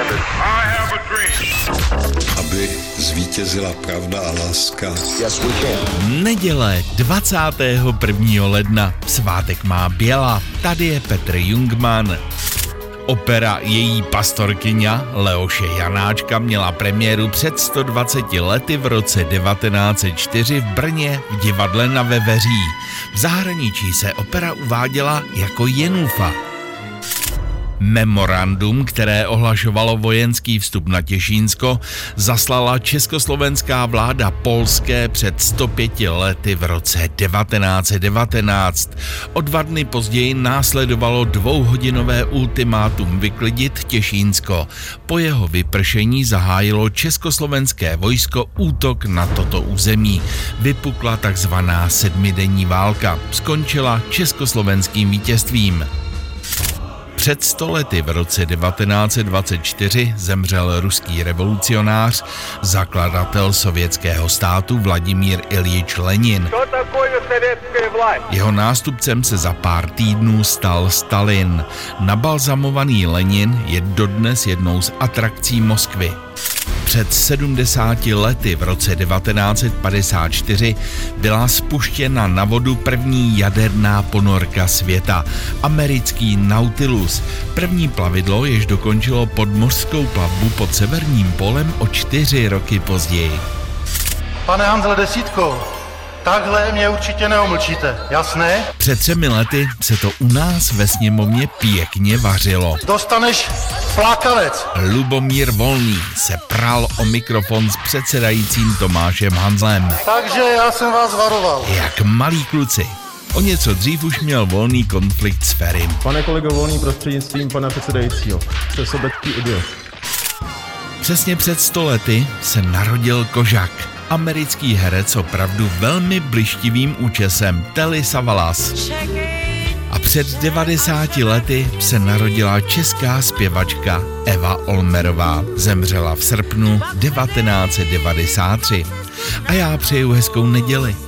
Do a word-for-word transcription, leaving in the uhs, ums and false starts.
Commanders. I have a dream. Aby zvítězila pravda a láska. Yes, we can. Neděle dvacátého prvního ledna. Svátek má Běla. Tady je Petr Jungmann. Opera Její pastorkyňa Leoše Janáčka měla premiéru před sto dvaceti lety v roce devatenáct set čtyři v Brně v divadle Na Veveří. V zahraničí se opera uváděla jako Jenufa. Memorandum, které ohlašovalo vojenský vstup na Těšínsko, zaslala československá vláda polské před sto pěti lety v roce devatenáct set devatenáct. O dva dny později následovalo dvouhodinové ultimátum vyklidit Těšínsko. Po jeho vypršení zahájilo československé vojsko útok na toto území. Vypukla takzvaná sedmidenní válka. Skončila československým vítězstvím. Před sto lety v roce devatenáct set dvacet čtyři zemřel ruský revolucionář, zakladatel sovětského státu Vladimír Iljič Lenin. Jeho nástupcem se za pár týdnů stal Stalin. Nabalzamovaný Lenin je dodnes jednou z atrakcí Moskvy. Před sedmdesáti lety v roce devatenáct set padesát čtyři byla spuštěna na vodu první jaderná ponorka světa, americký Nautilus. První plavidlo, jež dokončilo podmořskou plavbu pod severním polem o čtyři roky později. Pane Hanzle Desítko, takhle mě určitě neomlčíte, jasné? Před třemi lety se to u nás ve sněmovně pěkně vařilo. Dostaneš flákavec. Lubomír Volný se pral o mikrofon s předsedajícím Tomášem Hanzlem. Takže já jsem vás varoval. Jak malí kluci. O něco dřív už měl Volný konflikt s Ferim. Pane kolego Volný, prostřednictvím pana předsedajícího, jste sobecký idiot. Přesně před sto lety se narodil Kožak. Americký herec opravdu velmi blištivým účesem Telly Savalas. A před devadesáti lety se narodila česká zpěvačka Eva Olmerová. Zemřela v srpnu devatenáct set devadesát tři. A já přeju hezkou neděli.